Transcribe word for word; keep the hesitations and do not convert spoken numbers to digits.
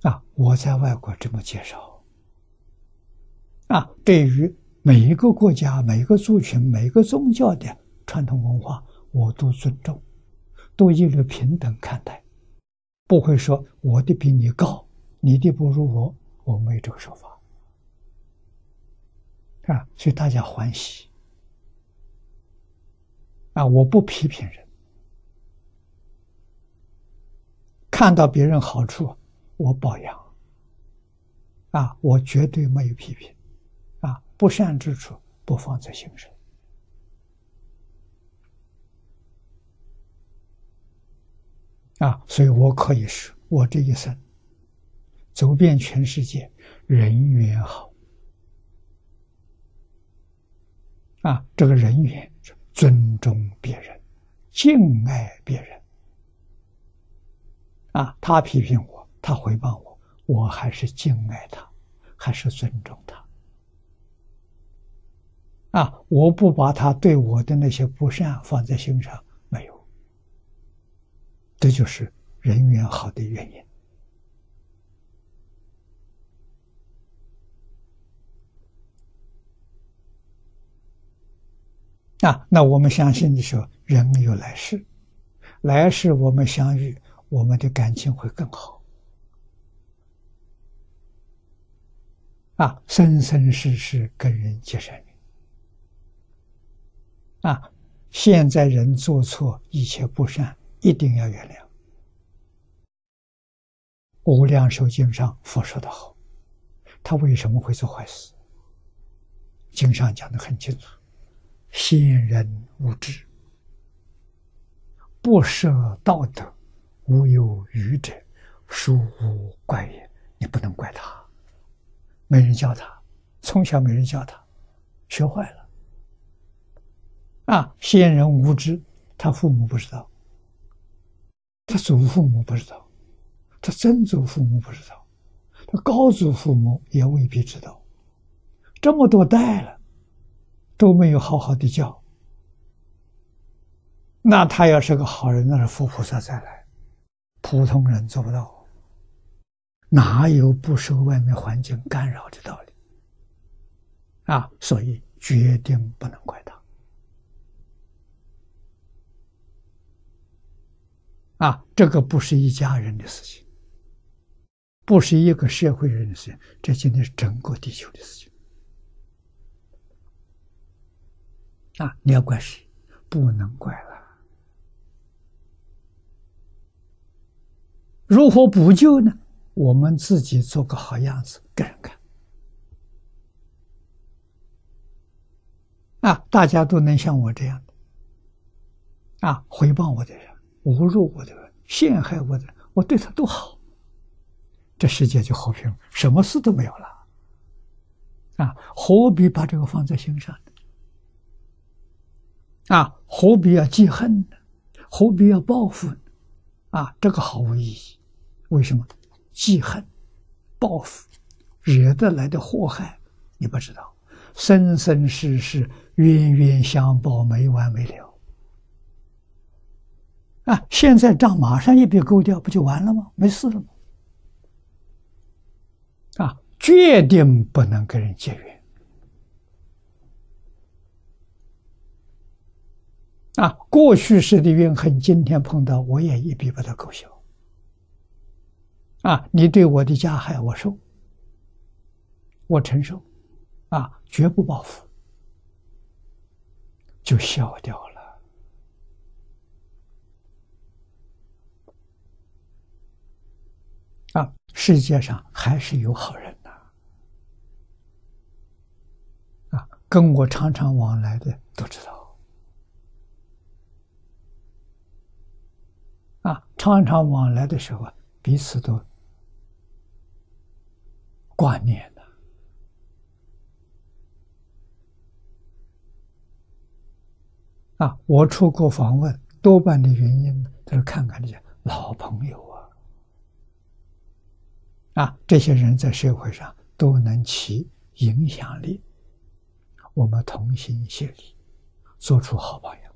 啊，我在外国这么介绍啊，对于每一个国家、每一个族群、每一个宗教的传统文化，我都尊重，都一律平等看待，不会说我的比你高，你的不如我，我没有这个说法啊，所以大家欢喜啊，我不批评人，看到别人好处，我表扬啊，我绝对没有批评啊，不善之处不放在心上啊，所以我可以说，我这一生走遍全世界，人缘好啊，这个人缘是尊重别人，敬爱别人啊，他批评我，他回报我，我还是敬爱他，还是尊重他啊，我不把他对我的那些不善放在心上，没有，这就是人缘好的原因啊。那我们相信的时候，人有来世，来世我们相遇，我们的感情会更好啊，生生世世跟人结善缘啊。现在人做错一切不善，一定要原谅。无量寿经上佛说得好，他为什么会做坏事？经上讲得很清楚，先人无知，不舍道德，无有愚者，殊无怪也。你不能怪他，没人教他，从小没人教他，学坏了啊！先人无知，他父母不知道，他祖父母不知道，他曾祖父母不知道，他高祖父母也未必知道，这么多代了都没有好好的教，那他要是个好人，那是佛菩萨再来，普通人做不到，哪有不受外面环境干扰的道理啊？所以决定不能怪他啊！这个不是一家人的事情，不是一个社会人的事情，这今天是整个地球的事情啊！你要怪谁？不能怪了。如何补救呢？我们自己做个好样子给人看啊！大家都能像我这样的啊，回报我的人，侮辱我的人，陷害我的人，我对他都好，这世界就和平，什么事都没有了啊！何必把这个放在心上呢？啊，何必要记恨呢？何必要报复呢？啊，这个毫无意义。为什么？记恨、报复惹得来的祸害，你不知道，生生世世冤冤相报，没完没了啊！现在账马上一笔勾掉，不就完了吗？没事了吗？啊，决定不能跟人结缘啊！过去世的怨恨，今天碰到我也一笔把它勾销啊！你对我的加害，我受，我承受啊，绝不报复，就消掉了啊！世界上还是有好人的啊，跟我常常往来的都知道啊，常常往来的时候，彼此都挂念的啊。我出国访问，多半的原因都是看看这些老朋友啊，啊，这些人在社会上都能起影响力，我们同心协力，做出好榜样。